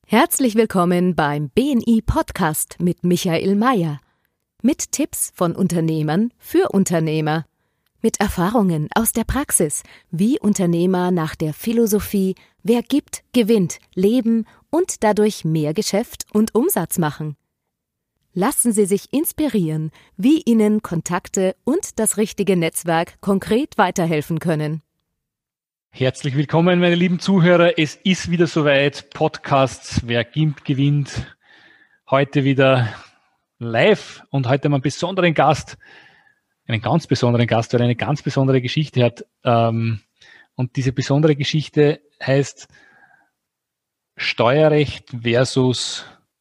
Herzlich willkommen beim BNI Podcast mit Michael Mayer. Mit Tipps von Unternehmern für Unternehmer. Mit Erfahrungen aus der Praxis, wie Unternehmer nach der Philosophie „Wer gibt, gewinnt" leben und dadurch mehr Geschäft und Umsatz machen. Lassen Sie sich inspirieren, wie Ihnen Kontakte und das richtige Netzwerk konkret weiterhelfen können. Herzlich willkommen, meine lieben Zuhörer. Es ist wieder soweit. Podcasts, wer gibt, gewinnt. Heute wieder live und heute haben wir einen besonderen Gast, einen ganz besonderen Gast, weil er eine ganz besondere Geschichte hat. Und diese besondere Geschichte heißt Steuerrecht versus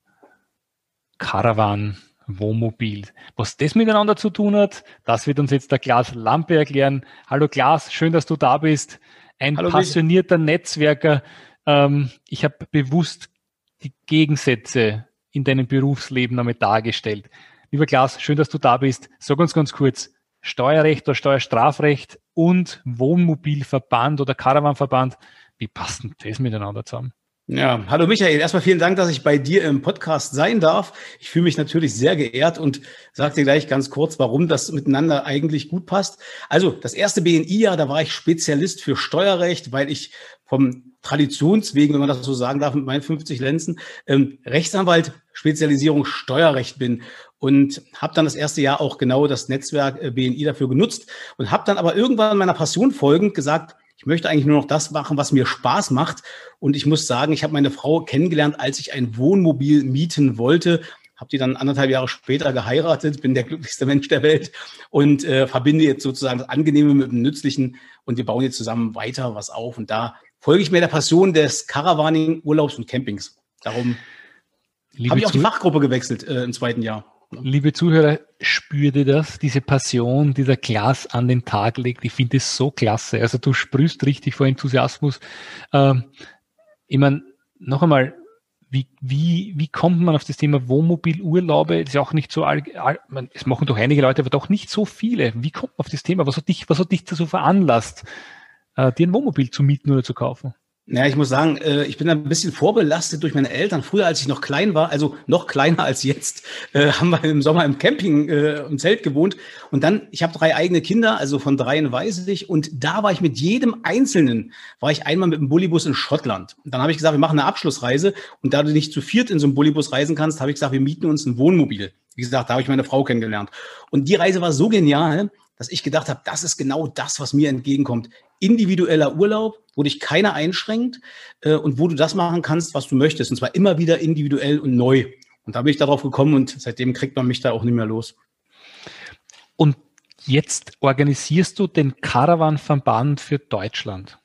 Caravan, Wohnmobil. Was das miteinander zu tun hat, das wird uns jetzt der Klaas Lampe erklären. Hallo Klaas, schön, dass du da bist. Ein Hallo, passionierter Netzwerker. Ich habe bewusst die Gegensätze in deinem Berufsleben einmal dargestellt. Lieber Klaas, schön, dass du da bist. Sag uns ganz kurz, Steuerrecht oder Steuerstrafrecht und Wohnmobilverband oder Caravanverband, wie passt denn das miteinander zusammen? Ja, hallo Michael. Erstmal vielen Dank, dass ich bei dir im Podcast sein darf. Ich fühle mich natürlich sehr geehrt und sage dir gleich ganz kurz, warum das miteinander eigentlich gut passt. Also das erste BNI-Jahr, da war ich Spezialist für Steuerrecht, weil ich vom Traditionswegen, wenn man das so sagen darf, mit meinen 50 Lenzen, Rechtsanwalt, Spezialisierung Steuerrecht bin. Und habe dann das erste Jahr auch genau das Netzwerk BNI dafür genutzt und habe dann aber irgendwann meiner Passion folgend gesagt, ich möchte eigentlich nur noch das machen, was mir Spaß macht. Und ich muss sagen, ich habe meine Frau kennengelernt, als ich ein Wohnmobil mieten wollte. Habe die dann 1,5 Jahre später geheiratet, bin der glücklichste Mensch der Welt und verbinde jetzt sozusagen das Angenehme mit dem Nützlichen. Und wir bauen jetzt zusammen weiter was auf. Und da folge ich mir der Passion des Caravaning, Urlaubs und Campings. Darum habe ich auch die Fachgruppe gewechselt im zweiten Jahr. Liebe Zuhörer, spürt ihr das? Diese Passion, die der Klaas an den Tag legt, ich finde es so klasse. Also du sprühst richtig vor Enthusiasmus. Ich meine, noch einmal, wie kommt man auf das Thema Wohnmobilurlaube? Das ist ja auch nicht so, es machen doch einige Leute, aber doch nicht so viele. Wie kommt man auf das Thema? Was hat dich dazu veranlasst, dir ein Wohnmobil zu mieten oder zu kaufen? Naja, ich muss sagen, ich bin ein bisschen vorbelastet durch meine Eltern. Früher, als ich noch klein war, also noch kleiner als jetzt, haben wir im Sommer im Camping im Zelt gewohnt. Und dann, ich habe 3 eigene Kinder, also von 3 weiß ich. Und da war ich mit jedem Einzelnen, war ich einmal mit dem Bullibus in Schottland. Und dann habe ich gesagt, wir machen eine Abschlussreise. Und da du nicht zu viert in so einem Bullibus reisen kannst, habe ich gesagt, wir mieten uns ein Wohnmobil. Wie gesagt, da habe ich meine Frau kennengelernt. Und die Reise war so genial, dass ich gedacht habe, das ist genau das, was mir entgegenkommt. Individueller Urlaub, wo dich keiner einschränkt und wo du das machen kannst, was du möchtest. Und zwar immer wieder individuell und neu. Und da bin ich darauf gekommen und seitdem kriegt man mich da auch nicht mehr los. Und jetzt organisierst du den Caravan-Verband für Deutschland.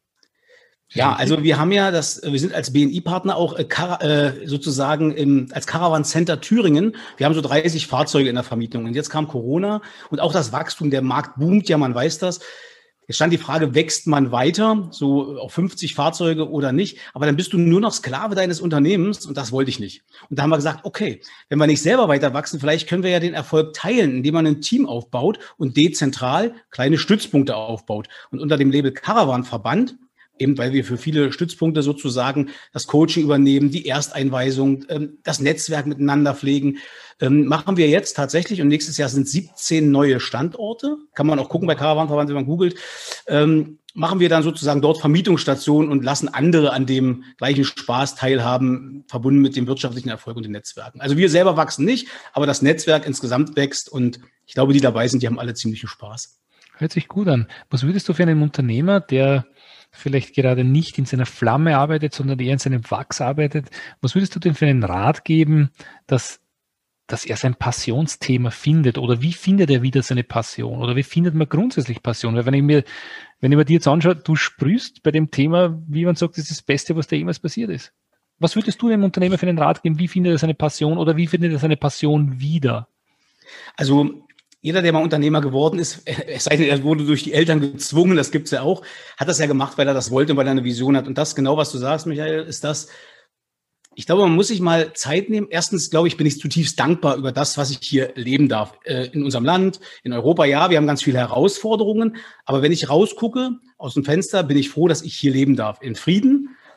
Ja, also wir haben ja wir sind als BNI-Partner auch sozusagen als Caravan Center Thüringen. Wir haben so 30 Fahrzeuge in der Vermietung. Und jetzt kam Corona und auch das Wachstum, der Markt boomt, ja, man weiß das. Jetzt stand die Frage, wächst man weiter, so auf 50 Fahrzeuge oder nicht? Aber dann bist du nur noch Sklave deines Unternehmens und das wollte ich nicht. Und da haben wir gesagt, okay, wenn wir nicht selber weiter wachsen, vielleicht können wir ja den Erfolg teilen, indem man ein Team aufbaut und dezentral kleine Stützpunkte aufbaut. Und unter dem Label Caravan Verband, eben weil wir für viele Stützpunkte sozusagen das Coaching übernehmen, die Ersteinweisung, das Netzwerk miteinander pflegen, machen wir jetzt tatsächlich, und nächstes Jahr sind 17 neue Standorte, kann man auch gucken bei Caravanverband, wenn man googelt, machen wir dann sozusagen dort Vermietungsstationen und lassen andere an dem gleichen Spaß teilhaben, verbunden mit dem wirtschaftlichen Erfolg und den Netzwerken. Also wir selber wachsen nicht, aber das Netzwerk insgesamt wächst und ich glaube, die dabei sind, die haben alle ziemlichen Spaß. Hört sich gut an. Was würdest du für einen Unternehmer, der vielleicht gerade nicht in seiner Flamme arbeitet, sondern eher in seinem Wachs arbeitet, was würdest du denn für einen Rat geben, dass er sein Passionsthema findet? Oder wie findet er wieder seine Passion? Oder wie findet man grundsätzlich Passion? Weil wenn ich mir dir jetzt anschaue, du sprühst bei dem Thema, wie man sagt, das ist das Beste, was da jemals passiert ist. Was würdest du dem Unternehmer für einen Rat geben? Wie findet er seine Passion oder wie findet er seine Passion wieder? Also jeder, der mal Unternehmer geworden ist, es sei denn, er wurde durch die Eltern gezwungen, das gibt's ja auch, hat das ja gemacht, weil er das wollte und weil er eine Vision hat. Und das genau, was du sagst, Michael, ist das, ich glaube, man muss sich mal Zeit nehmen. Erstens, glaube ich, bin ich zutiefst dankbar über das, was ich hier leben darf. In unserem Land, in Europa, ja, wir haben ganz viele Herausforderungen. Aber wenn ich rausgucke aus dem Fenster, bin ich froh, dass ich hier leben darf. In Frieden,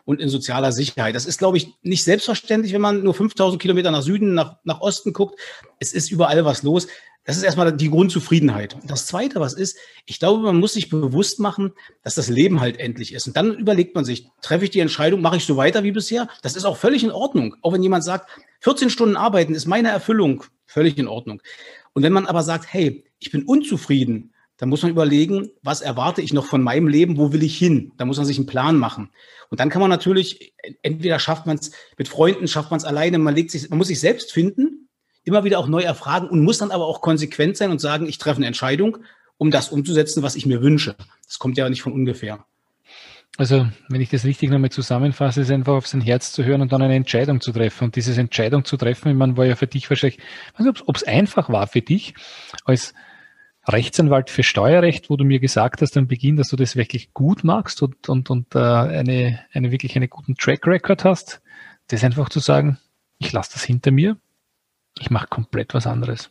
und in sozialer Sicherheit. Das ist, glaube ich, nicht selbstverständlich, wenn man nur 5000 Kilometer nach Süden, nach Osten guckt. Es ist überall was los. Das ist erstmal die Grundzufriedenheit. Das Zweite, was ist, ich glaube, man muss sich bewusst machen, dass das Leben halt endlich ist. Und dann überlegt man sich, treffe ich die Entscheidung, mache ich so weiter wie bisher? Das ist auch völlig in Ordnung. Auch wenn jemand sagt, 14 Stunden arbeiten ist meine Erfüllung, völlig in Ordnung. Und wenn man aber sagt, hey, ich bin unzufrieden, dann muss man überlegen, was erwarte ich noch von meinem Leben, wo will ich hin? Da muss man sich einen Plan machen. Und dann kann man natürlich, entweder schafft man es mit Freunden, schafft man es alleine, man muss sich selbst finden, immer wieder auch neu erfragen und muss dann aber auch konsequent sein und sagen, ich treffe eine Entscheidung, um das umzusetzen, was ich mir wünsche. Das kommt ja nicht von ungefähr. Also, wenn ich das richtig nochmal zusammenfasse, ist einfach auf sein Herz zu hören und dann eine Entscheidung zu treffen. Und diese Entscheidung zu treffen, ich meine, war ja für dich wahrscheinlich, ich weiß nicht, ob es einfach war für dich, als Rechtsanwalt für Steuerrecht, wo du mir gesagt hast am Beginn, dass du das wirklich gut machst und wirklich einen guten Track Record hast, das einfach zu sagen, ich lasse das hinter mir, ich mache komplett was anderes.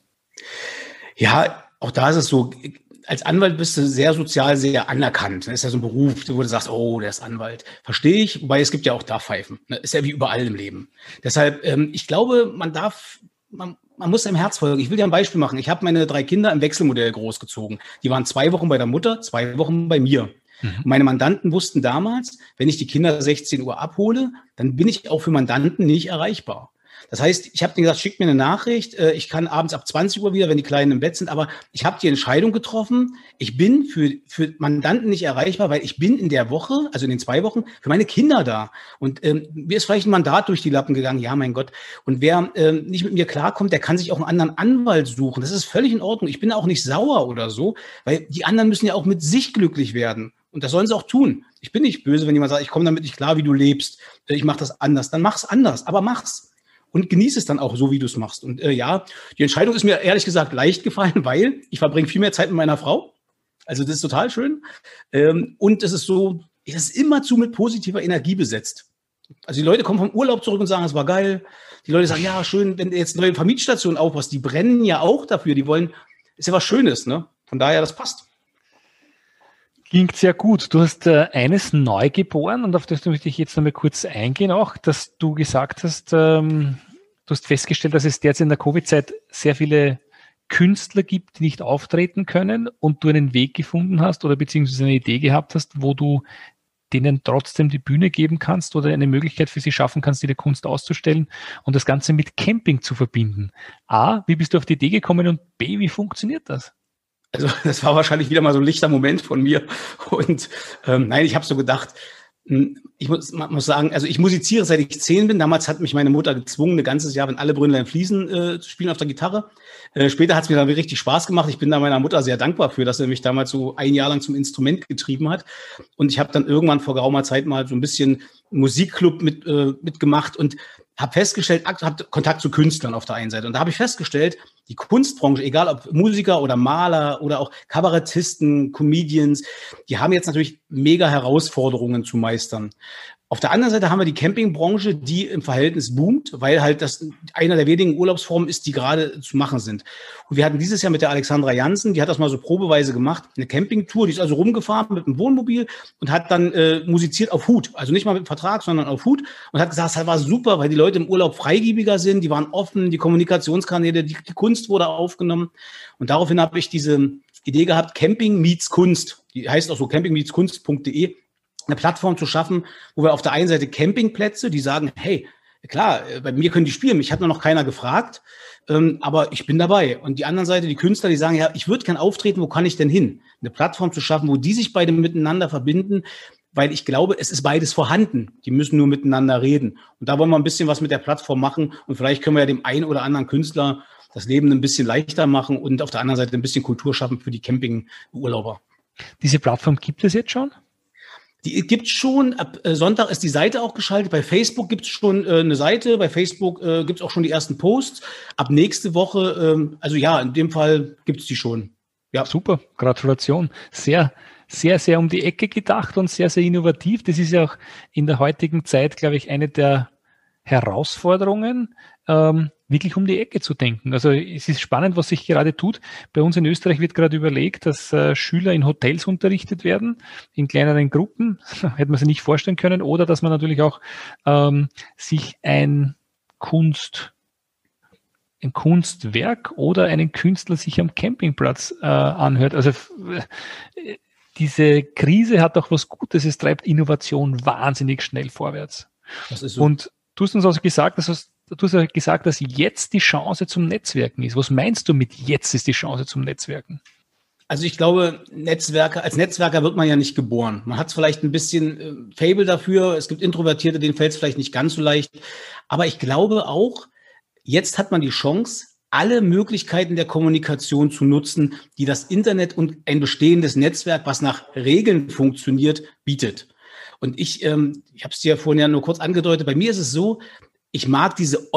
Ja, auch da ist es so, als Anwalt bist du sehr sozial, sehr anerkannt. Das ist ja so ein Beruf, wo du sagst, oh, der ist Anwalt. Verstehe ich, wobei es gibt ja auch da Pfeifen. Ist ja wie überall im Leben. Deshalb, ich glaube, man muss seinem Herz folgen. Ich will dir ein Beispiel machen. Ich habe meine 3 Kinder im Wechselmodell großgezogen. Die waren 2 Wochen bei der Mutter, 2 Wochen bei mir. Und meine Mandanten wussten damals, wenn ich die Kinder 16 Uhr abhole, dann bin ich auch für Mandanten nicht erreichbar. Das heißt, ich habe denen gesagt, schickt mir eine Nachricht, ich kann abends ab 20 Uhr wieder, wenn die Kleinen im Bett sind, aber ich habe die Entscheidung getroffen, ich bin für Mandanten nicht erreichbar, weil ich bin in der Woche, also in den 2 Wochen, für meine Kinder da. Und mir ist vielleicht ein Mandat durch die Lappen gegangen, ja, mein Gott. Und wer nicht mit mir klarkommt, der kann sich auch einen anderen Anwalt suchen. Das ist völlig in Ordnung. Ich bin auch nicht sauer oder so, weil die anderen müssen ja auch mit sich glücklich werden. Und das sollen sie auch tun. Ich bin nicht böse, wenn jemand sagt, ich komme damit nicht klar, wie du lebst. Ich mache das anders. Dann mach's anders, aber mach's. Und genieße es dann auch so, wie du es machst. Und ja, die Entscheidung ist mir ehrlich gesagt leicht gefallen, weil ich verbringe viel mehr Zeit mit meiner Frau. Also das ist total schön. Und es ist so, es ist immerzu mit positiver Energie besetzt. Also die Leute kommen vom Urlaub zurück und sagen, es war geil. Die Leute sagen, ja, schön, wenn du jetzt neue Vermietstationen aufbaust, die brennen ja auch dafür. Die wollen, ist ja was Schönes, ne? Von daher, das passt. Klingt sehr gut. Du hast eines neu geboren und auf das möchte ich jetzt nochmal kurz eingehen auch, dass du gesagt hast, du hast festgestellt, dass es derzeit in der Covid-Zeit sehr viele Künstler gibt, die nicht auftreten können und du einen Weg gefunden hast oder beziehungsweise eine Idee gehabt hast, wo du denen trotzdem die Bühne geben kannst oder eine Möglichkeit für sie schaffen kannst, ihre Kunst auszustellen und das Ganze mit Camping zu verbinden. A, wie bist du auf die Idee gekommen und B, wie funktioniert das? Also das war wahrscheinlich wieder mal so ein lichter Moment von mir. Und nein, ich habe so gedacht, man muss sagen, also ich musiziere, seit ich 10 bin. Damals hat mich meine Mutter gezwungen, ein ganzes Jahr, wenn alle Brünnlein fließen, zu spielen auf der Gitarre. Später hat es mir dann richtig Spaß gemacht. Ich bin da meiner Mutter sehr dankbar für, dass sie mich damals so ein Jahr lang zum Instrument getrieben hat. Und ich habe dann irgendwann vor geraumer Zeit mal so ein bisschen Musikclub mitgemacht und habe festgestellt, habe Kontakt zu Künstlern auf der einen Seite. Und da habe ich festgestellt, die Kunstbranche, egal ob Musiker oder Maler oder auch Kabarettisten, Comedians, die haben jetzt natürlich mega Herausforderungen zu meistern. Auf der anderen Seite haben wir die Campingbranche, die im Verhältnis boomt, weil halt das einer der wenigen Urlaubsformen ist, die gerade zu machen sind. Und wir hatten dieses Jahr mit der Alexandra Jansen, die hat das mal so probeweise gemacht, eine Campingtour, die ist also rumgefahren mit einem Wohnmobil und hat dann musiziert auf Hut, also nicht mal mit Vertrag, sondern auf Hut und hat gesagt, das war super, weil die Leute im Urlaub freigebiger sind, die waren offen, die Kommunikationskanäle, die Kunst wurde aufgenommen und daraufhin habe ich diese Idee gehabt, Camping meets Kunst, die heißt auch so campingmeetskunst.de, eine Plattform zu schaffen, wo wir auf der einen Seite Campingplätze, die sagen, hey, klar, bei mir können die spielen, mich hat noch keiner gefragt, aber ich bin dabei. Und die andere Seite, die Künstler, die sagen, ja, ich würde gern auftreten, wo kann ich denn hin? Eine Plattform zu schaffen, wo die sich beide miteinander verbinden, weil ich glaube, es ist beides vorhanden. Die müssen nur miteinander reden. Und da wollen wir ein bisschen was mit der Plattform machen und vielleicht können wir ja dem einen oder anderen Künstler das Leben ein bisschen leichter machen und auf der anderen Seite ein bisschen Kultur schaffen für die Campingurlauber. Diese Plattform gibt es jetzt schon? Die gibt's schon, ab Sonntag ist die Seite auch geschaltet. Bei Facebook gibt's schon eine Seite, bei Facebook gibt's auch schon die ersten Posts. Ab nächste Woche, also ja, in dem Fall gibt's die schon. Ja. Super, Gratulation. Sehr, sehr, sehr um die Ecke gedacht und sehr, sehr innovativ. Das ist ja auch in der heutigen Zeit, glaube ich, eine der Herausforderungen. wirklich um die Ecke zu denken. Also es ist spannend, was sich gerade tut. Bei uns in Österreich wird gerade überlegt, dass Schüler in Hotels unterrichtet werden, in kleineren Gruppen. Hätte man sich nicht vorstellen können. Oder dass man natürlich auch sich ein Kunstwerk oder einen Künstler sich am Campingplatz anhört. Also diese Krise hat auch was Gutes. Es treibt Innovation wahnsinnig schnell vorwärts. Das ist so. Und du hast uns also gesagt, dass jetzt die Chance zum Netzwerken ist. Was meinst du mit jetzt ist die Chance zum Netzwerken? Also ich glaube, als Netzwerker wird man ja nicht geboren. Man hat vielleicht ein bisschen Faible dafür. Es gibt Introvertierte, denen fällt es vielleicht nicht ganz so leicht. Aber ich glaube auch, jetzt hat man die Chance, alle Möglichkeiten der Kommunikation zu nutzen, die das Internet und ein bestehendes Netzwerk, was nach Regeln funktioniert, bietet. Und ich habe es dir vorhin ja nur kurz angedeutet, bei mir ist es so, ich mag diese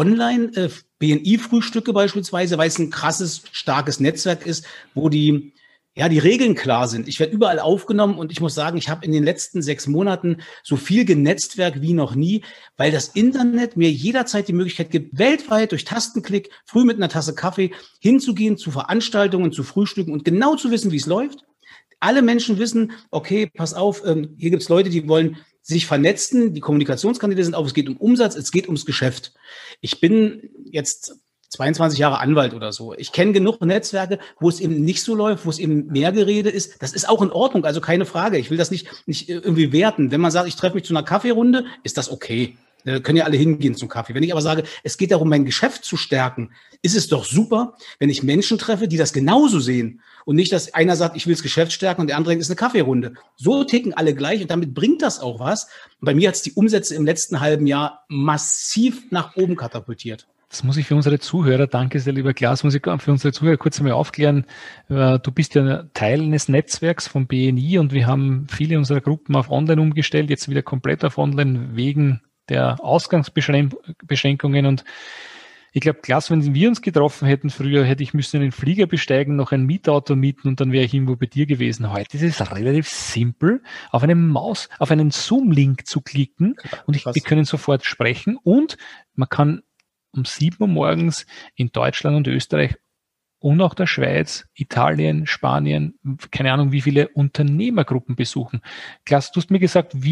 Online-BNI-Frühstücke beispielsweise, weil es ein krasses, starkes Netzwerk ist, wo die Regeln klar sind. Ich werde überall aufgenommen und ich muss sagen, ich habe in den letzten 6 Monaten so viel genetzwerkt wie noch nie, weil das Internet mir jederzeit die Möglichkeit gibt, weltweit durch Tastenklick, früh mit einer Tasse Kaffee hinzugehen zu Veranstaltungen, zu Frühstücken und genau zu wissen, wie es läuft. Alle Menschen wissen, okay, pass auf, hier gibt es Leute, die wollen sich vernetzen, die Kommunikationskanäle sind auf, es geht um Umsatz, es geht ums Geschäft. Ich bin jetzt 22 Jahre Anwalt oder so. Ich kenne genug Netzwerke, wo es eben nicht so läuft, wo es eben mehr Gerede ist. Das ist auch in Ordnung, also keine Frage. Ich will das nicht irgendwie werten. Wenn man sagt, ich treffe mich zu einer Kaffeerunde, ist das okay. Da können ja alle hingehen zum Kaffee. Wenn ich aber sage, es geht darum, mein Geschäft zu stärken, ist es doch super, wenn ich Menschen treffe, die das genauso sehen. Und nicht, dass einer sagt, ich will das Geschäft stärken und der andere denkt, es ist eine Kaffeerunde. So ticken alle gleich und damit bringt das auch was. Und bei mir hat es die Umsätze im letzten halben Jahr massiv nach oben katapultiert. Das muss ich für unsere Zuhörer, danke sehr, lieber Klaas, muss ich für unsere Zuhörer kurz einmal aufklären. Du bist ja Teil eines Netzwerks vom BNI und wir haben viele unserer Gruppen auf Online umgestellt, jetzt wieder komplett auf Online wegen der Ausgangsbeschränkungen. Und ich glaube, Klaas, wenn wir uns getroffen hätten früher, hätte ich müssen einen Flieger besteigen, noch ein Mietauto mieten und dann wäre ich irgendwo bei dir gewesen. Heute ist es relativ simpel, auf einen Zoom-Link zu klicken und wir können sofort sprechen und man kann um 7 Uhr morgens in Deutschland und Österreich und auch der Schweiz, Italien, Spanien, keine Ahnung, wie viele Unternehmergruppen besuchen. Klaas, du hast mir gesagt, wie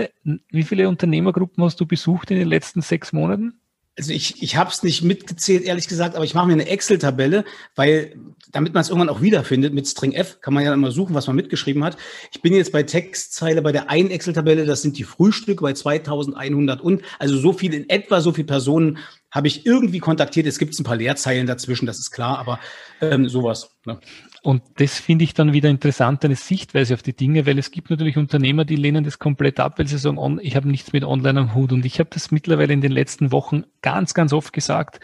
viele Unternehmergruppen hast du besucht in den letzten 6 Monaten? Also ich habe es nicht mitgezählt, ehrlich gesagt, aber ich mache mir eine Excel-Tabelle, weil damit man es irgendwann auch wiederfindet, mit String F kann man ja immer suchen, was man mitgeschrieben hat. Ich bin jetzt bei Textzeile bei der einen Excel-Tabelle, das sind die Frühstücke bei 2100 und also so viele Personen habe ich irgendwie kontaktiert. Es gibt ein paar Leerzeilen dazwischen, das ist klar, aber sowas. Ne? Und das finde ich dann wieder interessant, eine Sichtweise auf die Dinge, weil es gibt natürlich Unternehmer, die lehnen das komplett ab, weil sie sagen, ich habe nichts mit Online am Hut. Und ich habe das mittlerweile in den letzten Wochen ganz, ganz oft gesagt.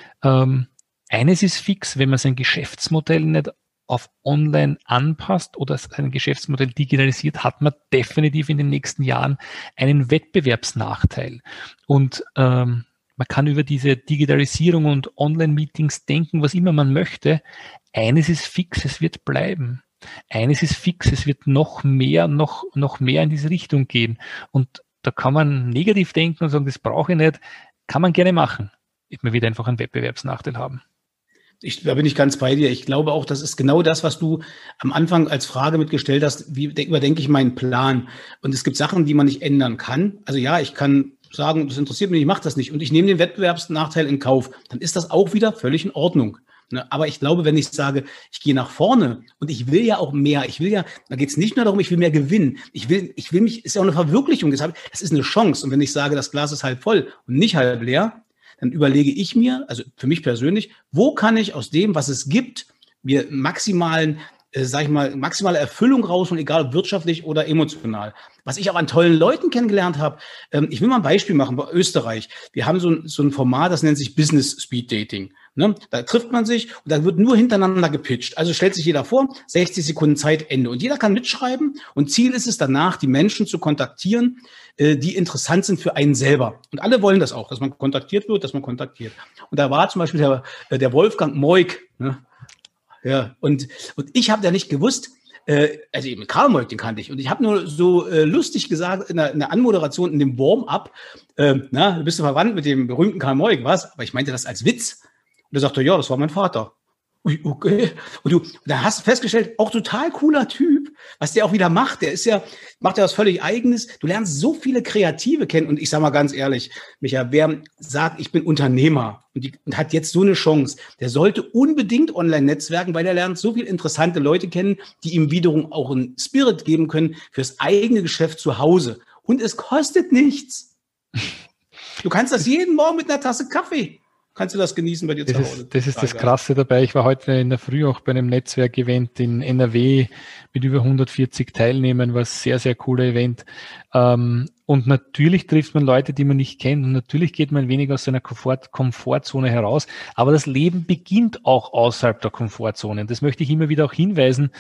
Eines ist fix, wenn man sein Geschäftsmodell nicht auf Online anpasst oder sein Geschäftsmodell digitalisiert, hat man definitiv in den nächsten Jahren einen Wettbewerbsnachteil. Und man kann über diese Digitalisierung und Online-Meetings denken, was immer man möchte. Eines ist fix, es wird bleiben. Eines ist fix, es wird noch mehr in diese Richtung gehen. Und da kann man negativ denken und sagen, das brauche ich nicht. Kann man gerne machen. Man wird einfach einen Wettbewerbsnachteil haben. Da bin ich ganz bei dir. Ich glaube auch, das ist genau das, was du am Anfang als Frage mitgestellt hast. Wie überdenke ich meinen Plan? Und es gibt Sachen, die man nicht ändern kann. Also ja, ich kann sagen, das interessiert mich, ich mache das nicht. Und ich nehme den Wettbewerbsnachteil in Kauf. Dann ist das auch wieder völlig in Ordnung. Aber ich glaube, wenn ich sage, ich gehe nach vorne und ich will ja auch mehr, da geht es nicht nur darum, ich will mehr gewinnen. Ich will mich, ist ja auch eine Verwirklichung. Das ist eine Chance. Und wenn ich sage, das Glas ist halb voll und nicht halb leer, dann überlege ich mir, also für mich persönlich, wo kann ich aus dem, was es gibt, mir maximale Erfüllung rausholen, egal ob wirtschaftlich oder emotional. Was ich auch an tollen Leuten kennengelernt habe, ich will mal ein Beispiel machen bei Österreich. Wir haben so ein Format, das nennt sich Business Speed Dating. Ne? Da trifft man sich und da wird nur hintereinander gepitcht. Also stellt sich jeder vor, 60 Sekunden Zeit, Ende. Und jeder kann mitschreiben und Ziel ist es danach, die Menschen zu kontaktieren, die interessant sind für einen selber. Und alle wollen das auch, dass man kontaktiert wird, Und da war zum Beispiel der Wolfgang Moik, ne? Ja, und ich habe da nicht gewusst, also eben Karl Moik, den kannte ich. Und ich habe nur so lustig gesagt in der Anmoderation, in dem Warm-up, du bist du verwandt mit dem berühmten Karl Moik, was? Aber ich meinte das als Witz. Und er sagte, ja, das war mein Vater. Okay. Und da hast du festgestellt, auch total cooler Typ, was der auch wieder macht. Macht ja was völlig Eigenes. Du lernst so viele Kreative kennen. Und ich sage mal ganz ehrlich, Micha, wer sagt, ich bin Unternehmer und hat jetzt so eine Chance, der sollte unbedingt online netzwerken, weil er lernt so viele interessante Leute kennen, die ihm wiederum auch einen Spirit geben können fürs eigene Geschäft zu Hause. Und es kostet nichts. Du kannst das jeden Morgen mit einer Tasse Kaffee. Kannst du das genießen bei dir zu Hause? Das ist das Krasse dabei. Ich war heute in der Früh auch bei einem Netzwerkevent in NRW mit über 140 Teilnehmern, war ein sehr, sehr cooler Event. Und natürlich trifft man Leute, die man nicht kennt. Und natürlich geht man ein wenig aus seiner Komfortzone heraus. Aber das Leben beginnt auch außerhalb der Komfortzone. Das möchte ich immer wieder auch hinweisen.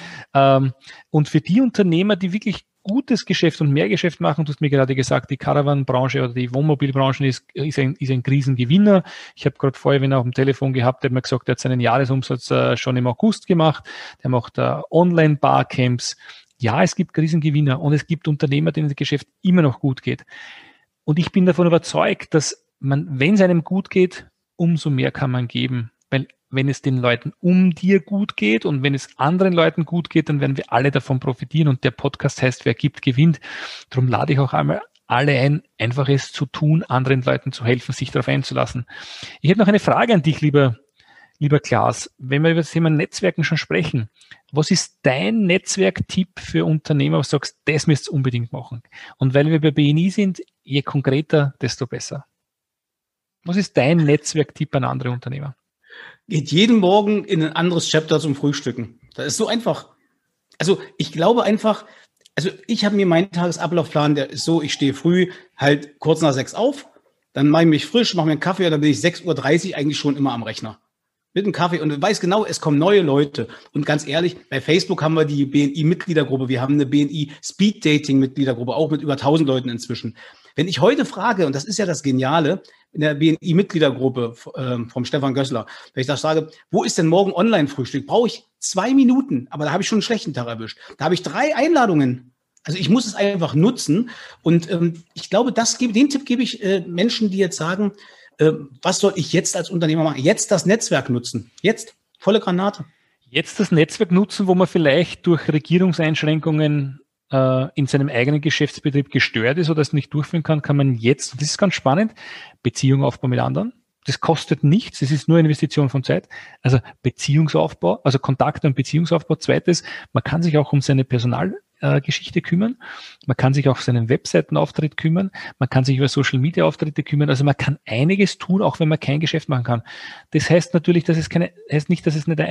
Und für die Unternehmer, die wirklich gutes Geschäft und mehr Geschäft machen. Du hast mir gerade gesagt, die Caravan-Branche oder die Wohnmobilbranche ist ein Krisengewinner. Ich habe gerade vorher, wenn er auf dem Telefon gehabt, der hat mir gesagt, er hat seinen Jahresumsatz schon im August gemacht. Der macht Online-Barcamps. Ja, es gibt Krisengewinner und es gibt Unternehmer, denen das Geschäft immer noch gut geht. Und ich bin davon überzeugt, dass wenn es einem gut geht, umso mehr kann man geben. Weil wenn es den Leuten um dir gut geht und wenn es anderen Leuten gut geht, dann werden wir alle davon profitieren. Und der Podcast heißt, wer gibt, gewinnt. Darum lade ich auch einmal alle ein, einfach es zu tun, anderen Leuten zu helfen, sich darauf einzulassen. Ich hätte noch eine Frage an dich, lieber Klaas. Wenn wir über das Thema Netzwerken schon sprechen, was ist dein Netzwerktipp für Unternehmer, was du sagst, das müsst ihr unbedingt machen? Und weil wir bei BNI sind, je konkreter, desto besser. Was ist dein Netzwerktipp an andere Unternehmer? Geht jeden Morgen in ein anderes Chapter zum Frühstücken. Das ist so einfach. Also ich glaube einfach, ich habe mir meinen Tagesablaufplan, der ist so, ich stehe früh halt kurz nach 6 auf, dann mache ich mich frisch, mache mir einen Kaffee und dann bin ich 6:30 Uhr eigentlich schon immer am Rechner. Mit einem Kaffee und weiß genau, es kommen neue Leute. Und ganz ehrlich, bei Facebook haben wir die BNI-Mitgliedergruppe, wir haben eine BNI-Speed-Dating-Mitgliedergruppe, auch mit über 1000 Leuten inzwischen. Wenn ich heute frage, und das ist ja das Geniale, in der BNI-Mitgliedergruppe vom Stefan Gößler, wenn ich das sage, wo ist denn morgen Online-Frühstück? Brauche ich 2 Minuten, aber da habe ich schon einen schlechten Tag erwischt. Da habe ich 3 Einladungen. Also ich muss es einfach nutzen. Und ich glaube, den Tipp gebe ich Menschen, die jetzt sagen, was soll ich jetzt als Unternehmer machen? Jetzt das Netzwerk nutzen. Jetzt, volle Granate. Jetzt das Netzwerk nutzen, wo man vielleicht durch Regierungseinschränkungen in seinem eigenen Geschäftsbetrieb gestört ist oder es nicht durchführen kann man jetzt, das ist ganz spannend, Beziehung aufbauen mit anderen. Das kostet nichts, es ist nur eine Investition von Zeit. Also Beziehungsaufbau, also Kontakte und Beziehungsaufbau. Zweites, man kann sich auch um seine Personalgeschichte kümmern. Man kann sich auch um seinen Webseitenauftritt kümmern. Man kann sich über Social-Media-Auftritte kümmern. Also man kann einiges tun, auch wenn man kein Geschäft machen kann. Das heißt natürlich, dass es nicht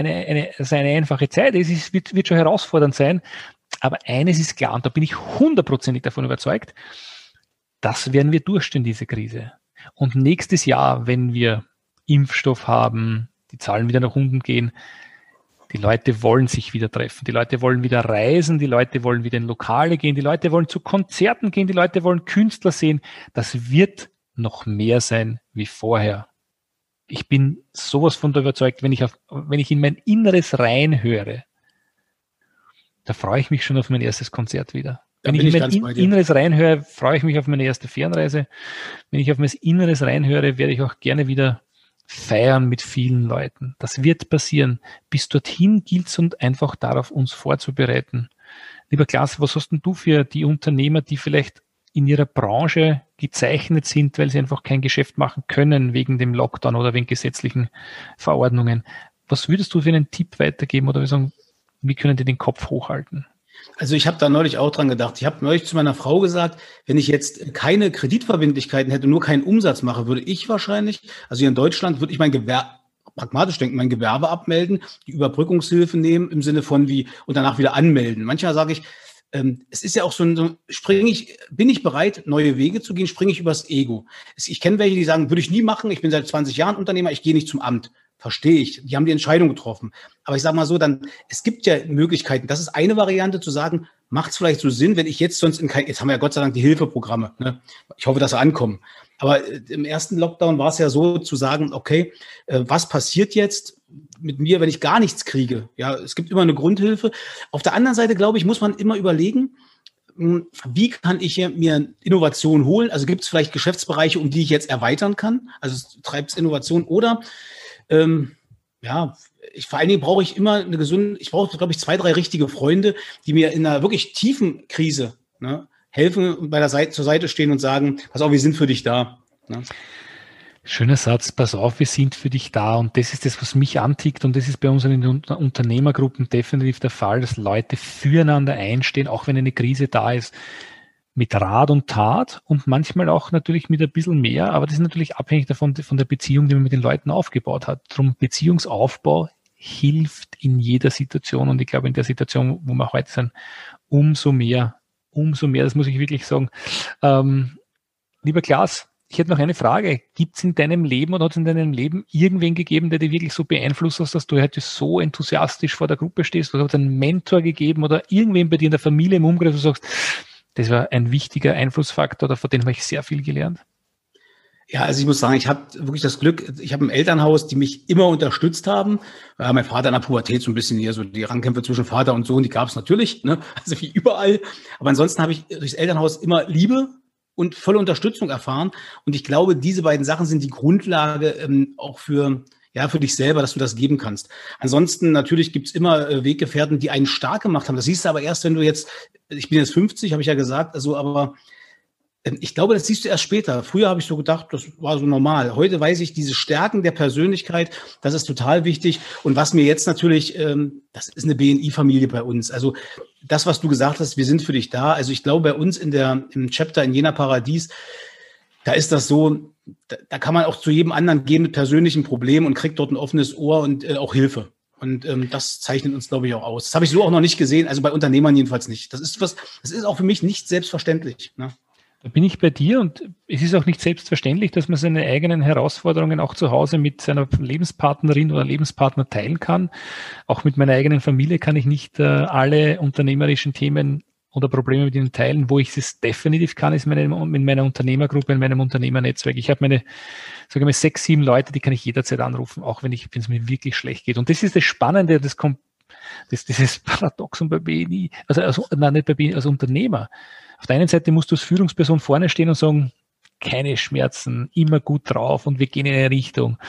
eine einfache Zeit ist. Es wird schon herausfordernd sein. Aber eines ist klar, und da bin ich 100%ig davon überzeugt, das werden wir durchstehen, diese Krise. Und nächstes Jahr, wenn wir Impfstoff haben, die Zahlen wieder nach unten gehen, die Leute wollen sich wieder treffen, die Leute wollen wieder reisen, die Leute wollen wieder in Lokale gehen, die Leute wollen zu Konzerten gehen, die Leute wollen Künstler sehen. Das wird noch mehr sein wie vorher. Ich bin sowas von überzeugt, wenn ich in mein Inneres reinhöre, da freue ich mich schon auf mein erstes Konzert wieder. Wenn ich in mein Inneres reinhöre, freue ich mich auf meine erste Fernreise. Wenn ich auf mein Inneres reinhöre, werde ich auch gerne wieder feiern mit vielen Leuten. Das wird passieren. Bis dorthin gilt es und einfach darauf, uns vorzubereiten. Lieber Klaas, was hast denn du für die Unternehmer, die vielleicht in ihrer Branche gezeichnet sind, weil sie einfach kein Geschäft machen können wegen dem Lockdown oder wegen gesetzlichen Verordnungen? Was würdest du für einen Tipp weitergeben oder wie können die den Kopf hochhalten? Also ich habe da neulich auch dran gedacht. Ich habe neulich zu meiner Frau gesagt, wenn ich jetzt keine Kreditverbindlichkeiten hätte, nur keinen Umsatz mache, würde ich wahrscheinlich, also hier in Deutschland, würde ich mein Gewerbe, pragmatisch denken, mein Gewerbe abmelden, die Überbrückungshilfe nehmen im Sinne von und danach wieder anmelden. Manchmal sage ich, es ist ja auch bin ich bereit, neue Wege zu gehen, springe ich übers Ego. Ich kenne welche, die sagen, würde ich nie machen, ich bin seit 20 Jahren Unternehmer, ich gehe nicht zum Amt. Verstehe ich. Die haben die Entscheidung getroffen. Aber ich sage mal so, es gibt ja Möglichkeiten. Das ist eine Variante zu sagen, macht es vielleicht so Sinn, wenn ich jetzt sonst jetzt haben wir ja Gott sei Dank die Hilfeprogramme, ne? Ich hoffe, dass sie ankommen. Aber im ersten Lockdown war es ja so zu sagen, okay, was passiert jetzt mit mir, wenn ich gar nichts kriege? Ja, es gibt immer eine Grundhilfe. Auf der anderen Seite, glaube ich, muss man immer überlegen, wie kann ich mir Innovation holen? Also gibt es vielleicht Geschäftsbereiche, um die ich jetzt erweitern kann? Also treibt es Innovation oder vor allen Dingen brauche ich immer ich brauche, glaube ich, 2, 3 richtige Freunde, die mir in einer wirklich tiefen Krise, ne, helfen und zur Seite stehen und sagen, pass auf, wir sind für dich da. Ne? Schöner Satz, pass auf, wir sind für dich da. Und das ist das, was mich antickt. Und das ist bei uns in den Unternehmergruppen definitiv der Fall, dass Leute füreinander einstehen, auch wenn eine Krise da ist, mit Rat und Tat und manchmal auch natürlich mit ein bisschen mehr. Aber das ist natürlich abhängig davon, von der Beziehung, die man mit den Leuten aufgebaut hat. Darum Beziehungsaufbau hilft in jeder Situation. Und ich glaube, in der Situation, wo wir heute sind, umso mehr, das muss ich wirklich sagen. Lieber Klaas, ich hätte noch eine Frage. Gibt es in deinem Leben oder hat es in deinem Leben irgendwen gegeben, der dich wirklich so beeinflusst hat, dass du heute so enthusiastisch vor der Gruppe stehst? Oder hat es einen Mentor gegeben oder irgendwen bei dir in der Familie im Umkreis, wo du sagst, das war ein wichtiger Einflussfaktor oder von dem habe ich sehr viel gelernt? Ja, also ich muss sagen, ich habe wirklich das Glück, ich habe ein Elternhaus, die mich immer unterstützt haben. Mein Vater in der Pubertät so ein bisschen hier, so die Rangkämpfe zwischen Vater und Sohn, die gab es natürlich, ne? Also wie überall. Aber ansonsten habe ich durchs Elternhaus immer Liebe und volle Unterstützung erfahren. Und ich glaube, diese beiden Sachen sind die Grundlage auch für dich selber, dass du das geben kannst. Ansonsten natürlich gibt's immer Weggefährten, die einen stark gemacht haben. Das siehst du aber erst, wenn du jetzt, ich bin jetzt 50, habe ich ja gesagt, also aber ich glaube, das siehst du erst später. Früher habe ich so gedacht, das war so normal. Heute weiß ich, diese Stärken der Persönlichkeit, das ist total wichtig. Und was mir jetzt natürlich, das ist eine BNI-Familie bei uns. Also das, was du gesagt hast, wir sind für dich da. Also ich glaube, bei uns im Chapter in Jena Paradies, da ist das so, da kann man auch zu jedem anderen gehen mit persönlichen Problemen und kriegt dort ein offenes Ohr und auch Hilfe. Und das zeichnet uns, glaube ich, auch aus. Das habe ich so auch noch nicht gesehen, also bei Unternehmern jedenfalls nicht. Das ist auch für mich nicht selbstverständlich, ne? Da bin ich bei dir und es ist auch nicht selbstverständlich, dass man seine eigenen Herausforderungen auch zu Hause mit seiner Lebenspartnerin oder Lebenspartner teilen kann. Auch mit meiner eigenen Familie kann ich nicht alle unternehmerischen Themen oder Probleme mit ihnen teilen. Wo ich es definitiv kann, ist in meiner Unternehmergruppe, in meinem Unternehmernetzwerk. Ich habe meine, sagen wir mal, 6, 7 Leute, die kann ich jederzeit anrufen, auch wenn es mir wirklich schlecht geht. Und das ist das Spannende, dieses Paradoxon bei BNI, nicht bei BNI, als Unternehmer. Auf der einen Seite musst du als Führungsperson vorne stehen und sagen, keine Schmerzen, immer gut drauf und wir gehen in eine Richtung.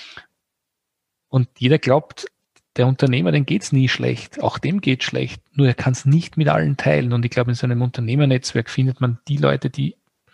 Und jeder glaubt, der Unternehmer, dem geht's nie schlecht. Auch dem geht's schlecht. Nur er kann es nicht mit allen teilen. Und ich glaube, in so einem Unternehmernetzwerk findet man die Leute, die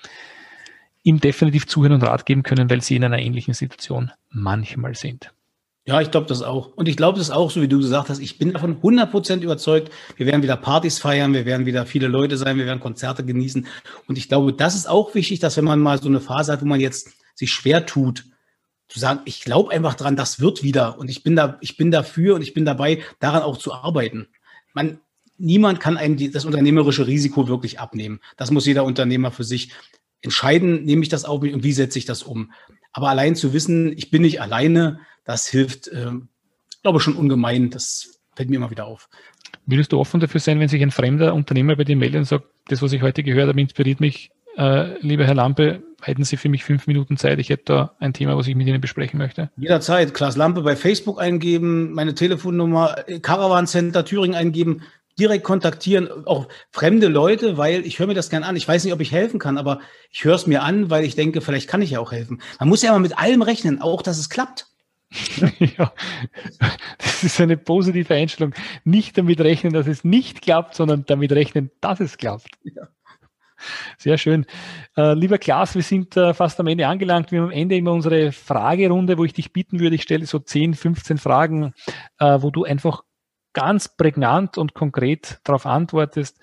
ihm definitiv zuhören und Rat geben können, weil sie in einer ähnlichen Situation manchmal sind. Ja, ich glaube das auch. Und ich glaube das auch, so wie du gesagt hast, ich bin davon 100% überzeugt, wir werden wieder Partys feiern, wir werden wieder viele Leute sein, wir werden Konzerte genießen. Und ich glaube, das ist auch wichtig, dass wenn man mal so eine Phase hat, wo man jetzt sich schwer tut, zu sagen, ich glaube einfach dran, das wird wieder. Und ich bin dafür und ich bin dabei, daran auch zu arbeiten. Niemand kann einem das unternehmerische Risiko wirklich abnehmen. Das muss jeder Unternehmer für sich entscheiden, nehme ich das auf mich und wie setze ich das um. Aber allein zu wissen, ich bin nicht alleine, das hilft, glaube ich, schon ungemein. Das fällt mir immer wieder auf. Würdest du offen dafür sein, wenn sich ein fremder Unternehmer bei dir meldet und sagt, das, was ich heute gehört habe, inspiriert mich, lieber Herr Lampe, hätten Sie für mich 5 Minuten Zeit? Ich hätte da ein Thema, was ich mit Ihnen besprechen möchte. Jederzeit. Klaas Lampe bei Facebook eingeben, meine Telefonnummer, Caravan Center Thüringen eingeben, direkt kontaktieren, auch fremde Leute, weil ich höre mir das gern an. Ich weiß nicht, ob ich helfen kann, aber ich höre es mir an, weil ich denke, vielleicht kann ich ja auch helfen. Man muss ja immer mit allem rechnen, auch dass es klappt. Ja, das ist eine positive Einstellung. Nicht damit rechnen, dass es nicht klappt, sondern damit rechnen, dass es klappt. Ja. Sehr schön. Lieber Klaas, wir sind fast am Ende angelangt. Wir haben am Ende immer unsere Fragerunde, wo ich dich bitten würde, ich stelle so 10, 15 Fragen, wo du einfach ganz prägnant und konkret darauf antwortest.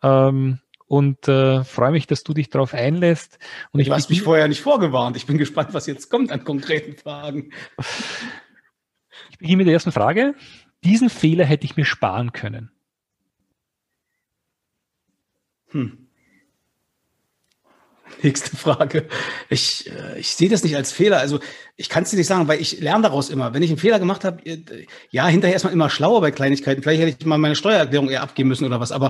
Und freue mich, dass du dich darauf einlässt. Und du hast mich vorher nicht vorgewarnt. Ich bin gespannt, was jetzt kommt an konkreten Fragen. Ich beginne mit der ersten Frage. Diesen Fehler hätte ich mir sparen können. Nächste Frage. Ich sehe das nicht als Fehler. Also ich kann es dir nicht sagen, weil ich lerne daraus immer. Wenn ich einen Fehler gemacht habe, ja, hinterher ist man immer schlauer bei Kleinigkeiten. Vielleicht hätte ich mal meine Steuererklärung eher abgeben müssen oder was. Aber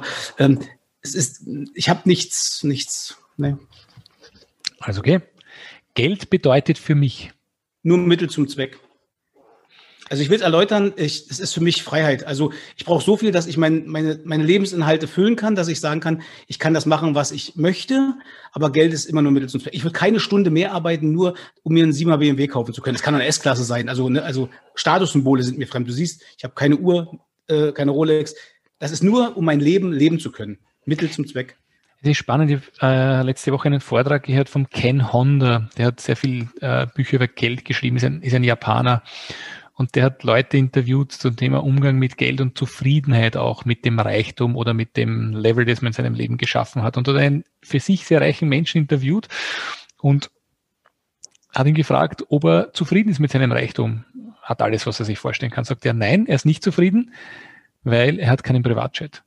ich habe nichts. Ne. Also okay. Geld bedeutet für mich. Nur Mittel zum Zweck. Also ich will es erläutern, es ist für mich Freiheit. Also ich brauche so viel, dass ich meine Lebensinhalte füllen kann, dass ich sagen kann, ich kann das machen, was ich möchte, aber Geld ist immer nur Mittel zum Zweck. Ich würde keine Stunde mehr arbeiten, nur um mir einen 7er BMW kaufen zu können. Das kann eine S-Klasse sein. Also Statussymbole sind mir fremd. Du siehst, ich habe keine Uhr, keine Rolex. Das ist nur, um mein Leben leben zu können. Mittel zum Zweck. Es ist spannend. Ich habe letzte Woche einen Vortrag gehört von Ken Honda. Der hat sehr viel Bücher über Geld geschrieben, ist ein Japaner. Und der hat Leute interviewt zum Thema Umgang mit Geld und Zufriedenheit auch mit dem Reichtum oder mit dem Level, das man in seinem Leben geschaffen hat. Und hat einen für sich sehr reichen Menschen interviewt und hat ihn gefragt, ob er zufrieden ist mit seinem Reichtum. Hat alles, was er sich vorstellen kann. Sagt er, nein, er ist nicht zufrieden, weil er hat keinen Privatjet.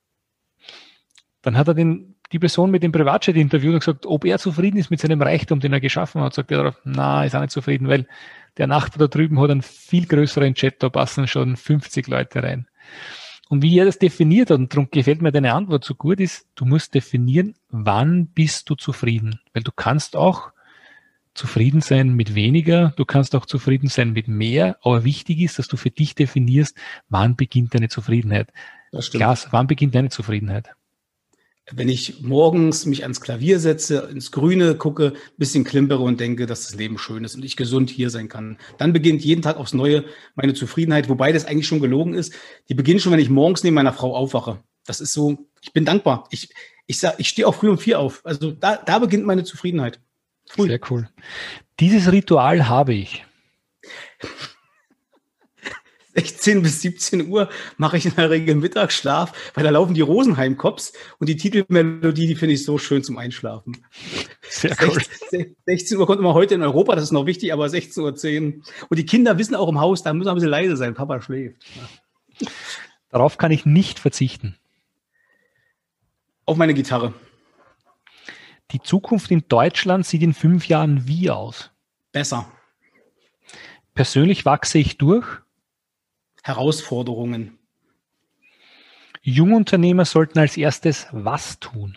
Dann hat er die Person mit dem Privatjet interviewt und gesagt, ob er zufrieden ist mit seinem Reichtum, den er geschaffen hat. Sagt er darauf, na, ist auch nicht zufrieden, weil der Nachbar da drüben hat einen viel größeren Jet, da passen schon 50 Leute rein. Und wie er das definiert hat, und darum gefällt mir deine Antwort so gut, ist, du musst definieren, wann bist du zufrieden. Weil du kannst auch zufrieden sein mit weniger, du kannst auch zufrieden sein mit mehr, aber wichtig ist, dass du für dich definierst, wann beginnt deine Zufriedenheit. Das stimmt. Klaas, wann beginnt deine Zufriedenheit? Wenn ich morgens mich ans Klavier setze, ins Grüne gucke, bisschen klimpere und denke, dass das Leben schön ist und ich gesund hier sein kann, dann beginnt jeden Tag aufs Neue meine Zufriedenheit, wobei das eigentlich schon gelogen ist. Die beginnt schon, wenn ich morgens neben meiner Frau aufwache. Das ist so, ich bin dankbar. Ich stehe auch früh um 4 auf. Also da beginnt meine Zufriedenheit. Früh. Sehr cool. Dieses Ritual habe ich. 16 bis 17 Uhr mache ich in der Regel Mittagsschlaf, weil da laufen die Rosenheim-Cops und die Titelmelodie, die finde ich so schön zum Einschlafen. Sehr cool. 16 Uhr kommt immer heute in Europa, das ist noch wichtig, aber 16:10 Uhr. Und die Kinder wissen auch im Haus, da müssen wir ein bisschen leise sein, Papa schläft. Darauf kann ich nicht verzichten. Auf meine Gitarre. Die Zukunft in Deutschland sieht in 5 Jahren wie aus? Besser. Persönlich wachse ich durch? Herausforderungen. Jungunternehmer sollten als erstes was tun?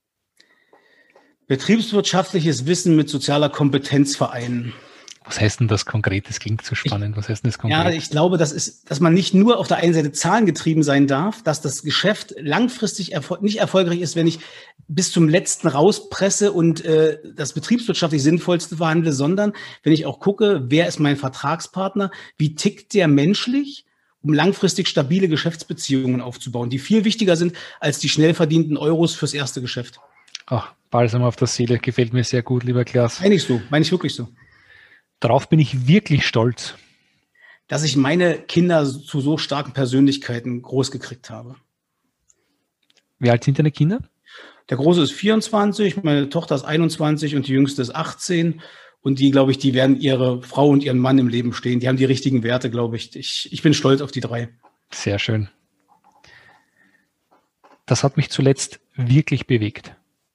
Betriebswirtschaftliches Wissen mit sozialer Kompetenz vereinen. Was heißt denn das konkret? Das klingt so spannend. Was heißt denn das konkret? Ja, ich glaube, dass man nicht nur auf der einen Seite zahlengetrieben sein darf, dass das Geschäft langfristig nicht erfolgreich ist, wenn ich bis zum Letzten rauspresse und das betriebswirtschaftlich Sinnvollste verhandle, sondern wenn ich auch gucke, wer ist mein Vertragspartner, wie tickt der menschlich, um langfristig stabile Geschäftsbeziehungen aufzubauen, die viel wichtiger sind als die schnell verdienten Euros fürs erste Geschäft. Ach, Balsam auf der Seele, gefällt mir sehr gut, lieber Klaas. Meine ich wirklich so. Darauf bin ich wirklich stolz. Dass ich meine Kinder zu so starken Persönlichkeiten groß gekriegt habe. Wie alt sind deine Kinder? Der Große ist 24, meine Tochter ist 21 und die Jüngste ist 18. Und die, glaube ich, die werden ihre Frau und ihren Mann im Leben stehen. Die haben die richtigen Werte, glaube ich. Ich bin stolz auf die 3. Sehr schön. Das hat mich zuletzt wirklich bewegt.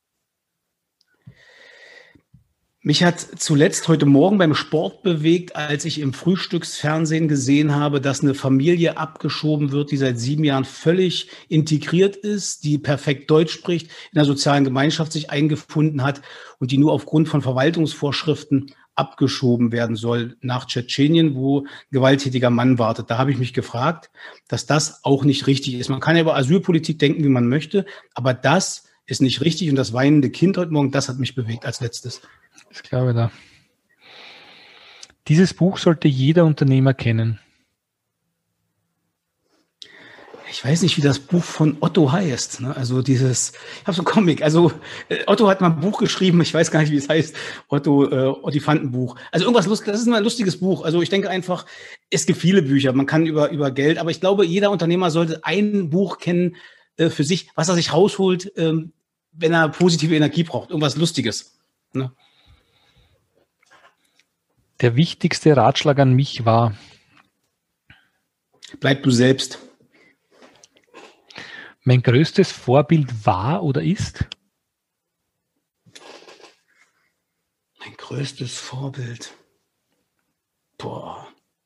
Mich hat zuletzt heute Morgen beim Sport bewegt, als ich im Frühstücksfernsehen gesehen habe, dass eine Familie abgeschoben wird, die seit 7 Jahren völlig integriert ist, die perfekt Deutsch spricht, in der sozialen Gemeinschaft sich eingefunden hat und die nur aufgrund von Verwaltungsvorschriften abgeschoben werden soll nach Tschetschenien, wo ein gewalttätiger Mann wartet. Da habe ich mich gefragt, dass das auch nicht richtig ist. Man kann ja über Asylpolitik denken, wie man möchte, aber das ist nicht richtig. Und das weinende Kind heute Morgen, das hat mich bewegt als letztes. Ich glaube da. Dieses Buch sollte jeder Unternehmer kennen. Ich weiß nicht, wie das Buch von Otto heißt. Ne? Also ich habe so ein Comic. Also Otto hat mal ein Buch geschrieben. Ich weiß gar nicht, wie es heißt. Ottifantenbuch. Also irgendwas Lustiges. Das ist ein lustiges Buch. Also ich denke einfach, es gibt viele Bücher. Man kann über Geld. Aber ich glaube, jeder Unternehmer sollte ein Buch kennen für sich, was er sich rausholt, wenn er positive Energie braucht. Irgendwas Lustiges. Ne? Der wichtigste Ratschlag an mich war: Bleib du selbst. Mein größtes Vorbild war oder ist? größtes Vorbild. Boah.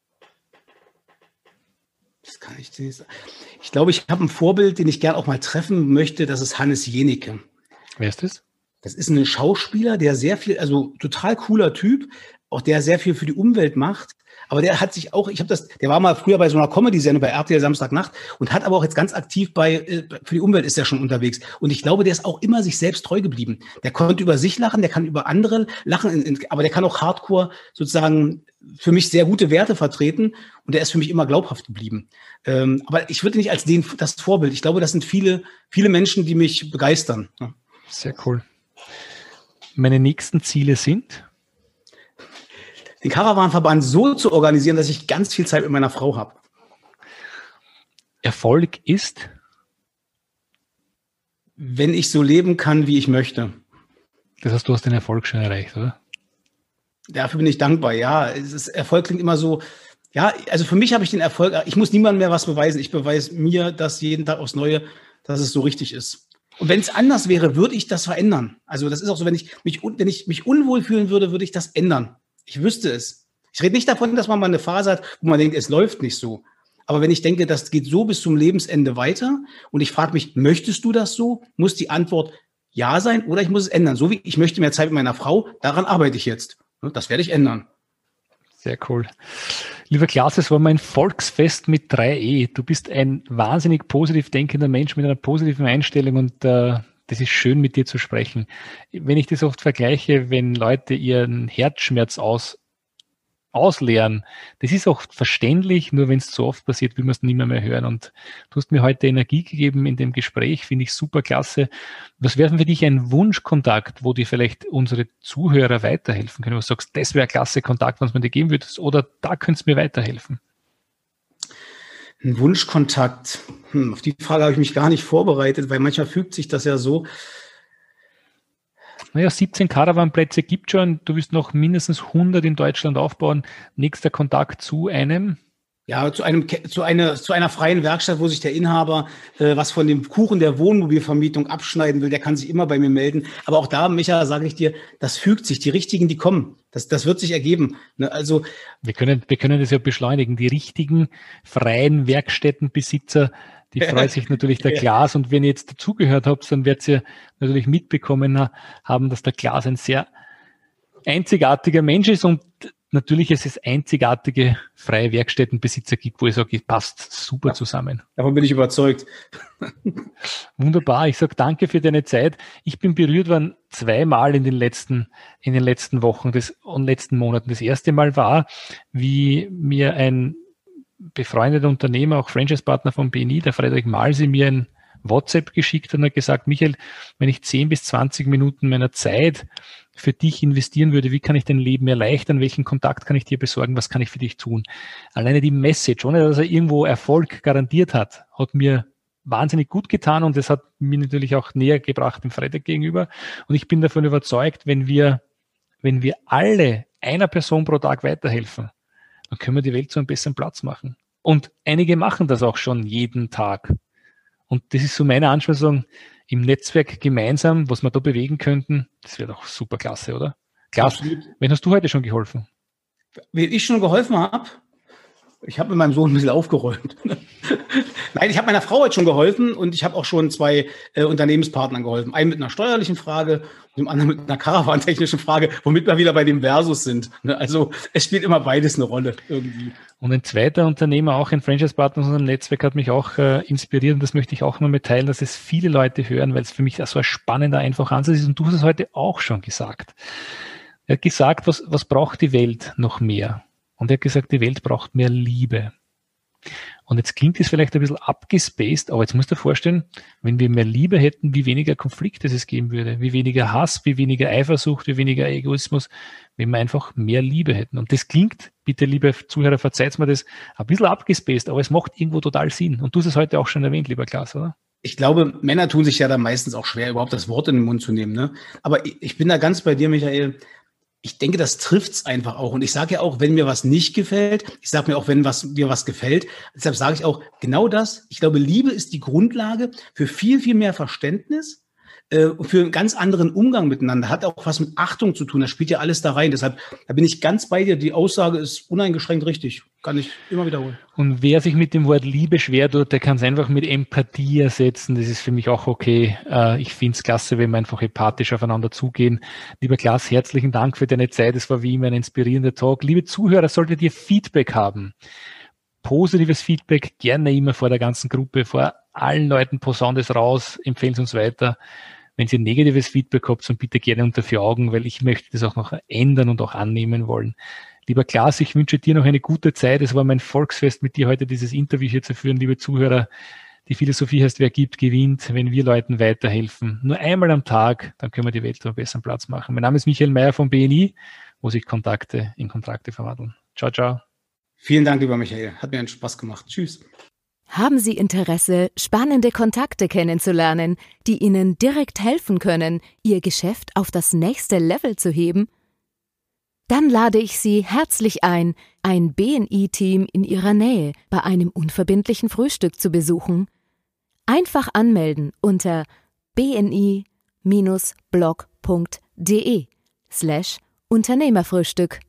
Das kann ich nicht sagen. Ich glaube, ich habe ein Vorbild, den ich gern auch mal treffen möchte. Das ist Hannes Jenecke. Wer ist das? Das ist ein Schauspieler, der sehr viel, also total cooler Typ, auch der sehr viel für die Umwelt macht. Aber der hat sich auch, der war mal früher bei so einer Comedy-Sendung bei RTL Samstagnacht und hat aber auch jetzt ganz aktiv für die Umwelt ist er schon unterwegs. Und ich glaube, der ist auch immer sich selbst treu geblieben. Der konnte über sich lachen, der kann über andere lachen, aber der kann auch hardcore sozusagen für mich sehr gute Werte vertreten und der ist für mich immer glaubhaft geblieben. Aber ich würde nicht als das Vorbild. Ich glaube, das sind viele, viele Menschen, die mich begeistern. Ja. Sehr cool. Meine nächsten Ziele sind? Den Caravan-Verband so zu organisieren, dass ich ganz viel Zeit mit meiner Frau habe. Erfolg ist? Wenn ich so leben kann, wie ich möchte. Das heißt, du hast den Erfolg schon erreicht, oder? Dafür bin ich dankbar, ja. Erfolg klingt immer so, ja, also für mich habe ich den Erfolg, ich muss niemandem mehr was beweisen. Ich beweise mir das jeden Tag aufs Neue, dass es so richtig ist. Und wenn es anders wäre, würde ich das verändern. Also das ist auch so, wenn ich mich unwohl fühlen würde, würde ich das ändern. Ich wüsste es. Ich rede nicht davon, dass man mal eine Phase hat, wo man denkt, es läuft nicht so. Aber wenn ich denke, das geht so bis zum Lebensende weiter und ich frage mich, möchtest du das so? Muss die Antwort ja sein oder ich muss es ändern. So wie ich möchte mehr Zeit mit meiner Frau, daran arbeite ich jetzt. Das werde ich ändern. Sehr cool. Lieber Klaas, es war mein Volksfest mit 3E. Du bist ein wahnsinnig positiv denkender Mensch mit einer positiven Einstellung und das ist schön, mit dir zu sprechen. Wenn ich das oft vergleiche, wenn Leute ihren Herzschmerz ausleeren, das ist auch verständlich, nur wenn es zu oft passiert, will man es nicht mehr hören. Und du hast mir heute Energie gegeben in dem Gespräch, finde ich super klasse. Was wäre für dich ein Wunschkontakt, wo dir vielleicht unsere Zuhörer weiterhelfen können? Wo du sagst, das wäre ein klasse Kontakt, was man dir geben würde, oder da könntest du mir weiterhelfen? Ein Wunschkontakt. Auf die Frage habe ich mich gar nicht vorbereitet, weil manchmal fügt sich das ja so. Naja, 17 Caravan-Plätze gibt schon. Du wirst noch mindestens 100 in Deutschland aufbauen. Nächster Kontakt zu einem? Ja, zu einer freien Werkstatt, wo sich der Inhaber was von dem Kuchen der Wohnmobilvermietung abschneiden will, der kann sich immer bei mir melden. Aber auch da, Micha, sage ich dir, das fügt sich. Die Richtigen, die kommen. Das wird sich ergeben. Ne? Also wir können das ja beschleunigen. Die richtigen freien Werkstättenbesitzer, die freut sich natürlich der Klaas. Und wenn ihr jetzt dazugehört habt, dann werdet ihr natürlich mitbekommen haben, dass der Klaas ein sehr einzigartiger Mensch ist und natürlich es einzigartige freie Werkstättenbesitzer gibt, wo ich sage, es passt super zusammen. Davon bin ich überzeugt. Wunderbar. Ich sage danke für deine Zeit. Ich bin berührt worden zweimal in den letzten Wochen und letzten Monaten. Das erste Mal war, wie mir ein befreundeter Unternehmer, auch Franchise-Partner von BNI, der Frederik Malsi, mir ein WhatsApp geschickt und hat gesagt, Michael, wenn ich 10 bis 20 Minuten meiner Zeit für dich investieren würde, wie kann ich dein Leben erleichtern, welchen Kontakt kann ich dir besorgen, was kann ich für dich tun? Alleine die Message, ohne dass er irgendwo Erfolg garantiert hat mir wahnsinnig gut getan und das hat mir natürlich auch näher gebracht dem Freitag gegenüber. Und ich bin davon überzeugt, wenn wir alle einer Person pro Tag weiterhelfen, dann können wir die Welt zu einem besseren Platz machen. Und einige machen das auch schon jeden Tag. Und das ist so meine Anschlussung im Netzwerk gemeinsam, was wir da bewegen könnten. Das wäre doch super klasse, oder? Klaas, wen hast du heute schon geholfen? Wen ich schon geholfen habe? Ich habe mit meinem Sohn ein bisschen aufgeräumt. Nein, ich habe meiner Frau heute schon geholfen und ich habe auch schon 2 Unternehmenspartnern geholfen. Einen mit einer steuerlichen Frage und dem anderen mit einer Caravan-technischen Frage, womit wir wieder bei dem Versus sind. Also es spielt immer beides eine Rolle irgendwie. Und ein zweiter Unternehmer, auch ein Franchise-Partner aus unserem Netzwerk, hat mich auch inspiriert und das möchte ich auch mal mitteilen, dass es viele Leute hören, weil es für mich so ein spannender, einfacher Ansatz ist und du hast es heute auch schon gesagt. Er hat gesagt, was braucht die Welt noch mehr? Und er hat gesagt, die Welt braucht mehr Liebe. Und jetzt klingt es vielleicht ein bisschen abgespaced, aber jetzt musst du dir vorstellen, wenn wir mehr Liebe hätten, wie weniger Konflikte es geben würde, wie weniger Hass, wie weniger Eifersucht, wie weniger Egoismus, wenn wir einfach mehr Liebe hätten. Und das klingt, bitte liebe Zuhörer, verzeiht mir das, ein bisschen abgespaced, aber es macht irgendwo total Sinn. Und du hast es heute auch schon erwähnt, lieber Klaas, oder? Ich glaube, Männer tun sich ja da meistens auch schwer, überhaupt das Wort in den Mund zu nehmen. Ne? Aber ich bin da ganz bei dir, Michael. Ich denke, das trifft's einfach auch. Und ich sage ja auch, wenn mir was nicht gefällt, ich sage mir auch, wenn mir was gefällt. Deshalb sage ich auch genau das. Ich glaube, Liebe ist die Grundlage für viel, viel mehr Verständnis. für einen ganz anderen Umgang miteinander. Hat auch was mit Achtung zu tun. Das spielt ja alles da rein. Deshalb, da bin ich ganz bei dir. Die Aussage ist uneingeschränkt richtig. Kann ich immer wiederholen. Und wer sich mit dem Wort Liebe schwer tut, der kann es einfach mit Empathie ersetzen. Das ist für mich auch okay. Ich finde es klasse, wenn wir einfach empathisch aufeinander zugehen. Lieber Klaas, herzlichen Dank für deine Zeit. Es war wie immer ein inspirierender Talk. Liebe Zuhörer, solltet ihr Feedback haben, positives Feedback, gerne immer vor der ganzen Gruppe, vor allen Leuten, posaunt es raus, empfehlen es uns weiter. Wenn ihr negatives Feedback habt, dann bitte gerne unter 4 Augen, weil ich möchte das auch noch ändern und auch annehmen wollen. Lieber Klaas, ich wünsche dir noch eine gute Zeit. Es war mein Volksfest, mit dir heute dieses Interview hier zu führen. Liebe Zuhörer, die Philosophie heißt, wer gibt, gewinnt, wenn wir Leuten weiterhelfen. Nur einmal am Tag, dann können wir die Welt zu einem besseren Platz machen. Mein Name ist Michael Meier vom BNI, wo sich Kontakte in Kontrakte verwandeln. Ciao, ciao. Vielen Dank, lieber Michael. Hat mir einen Spaß gemacht. Tschüss. Haben Sie Interesse, spannende Kontakte kennenzulernen, die Ihnen direkt helfen können, Ihr Geschäft auf das nächste Level zu heben? Dann lade ich Sie herzlich ein BNI-Team in Ihrer Nähe bei einem unverbindlichen Frühstück zu besuchen. Einfach anmelden unter bni-blog.de/Unternehmerfrühstück.